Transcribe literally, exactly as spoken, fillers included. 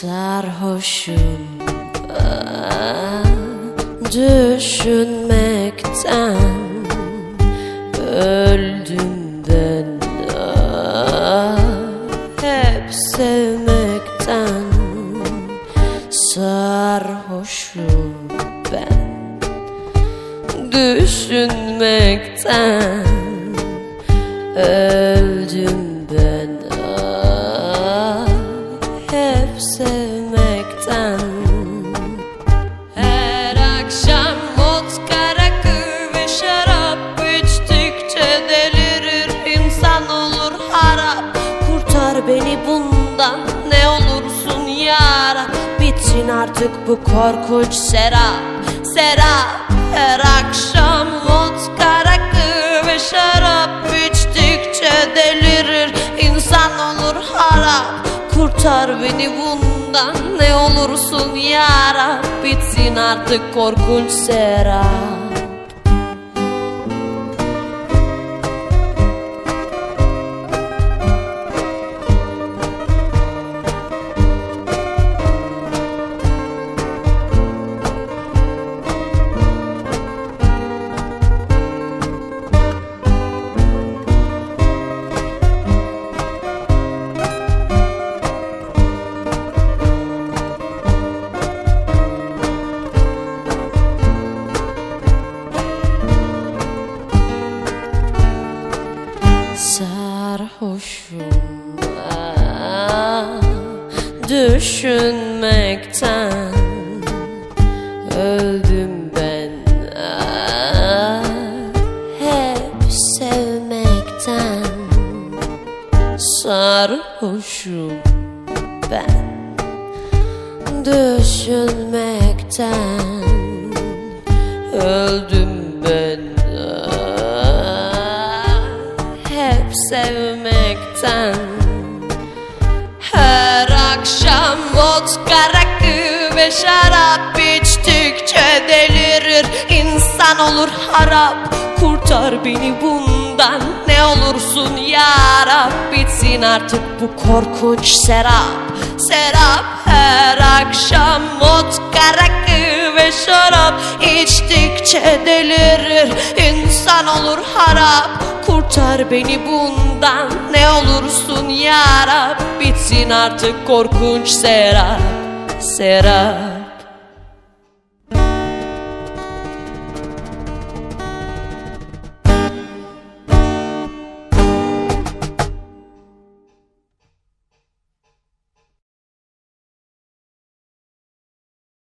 Sarhoşum ah, düşünmekten, öldüm ben ah, hep sevmekten. Sarhoşum ben düşünmekten, öldüm ben ah, hep sevmekten. Her akşam vodka, rakı ve şarap içtikçe delirir, insan olur harap. Kurtar beni bundan, ne olursun yara. Bitsin artık bu korkunç serap, serap. Her akşam vodka, rakı ve şarap içtikçe delirir, insan olur harap. Kurtar beni bundan, ne olursun yara. Bitsin artık korkunç serap. Sarhoşum ah, düşünmekten, öldüm ben ah, hep sevmekten. Sarhoşum ben düşünmekten, öldüm ben hep sevmekten. Her akşam vodka, rakı ve şarap içtikçe delirir, insan olur harap. Kurtar beni bundan, ne olursun yarab. Bitsin artık bu korkunç serap, serap. Her akşam vodka, rakı ve şarap içtikçe delirir, insan olur harap. Kurtar beni bundan, ne olursun yarab. Bitsin artık korkunç serap, serap.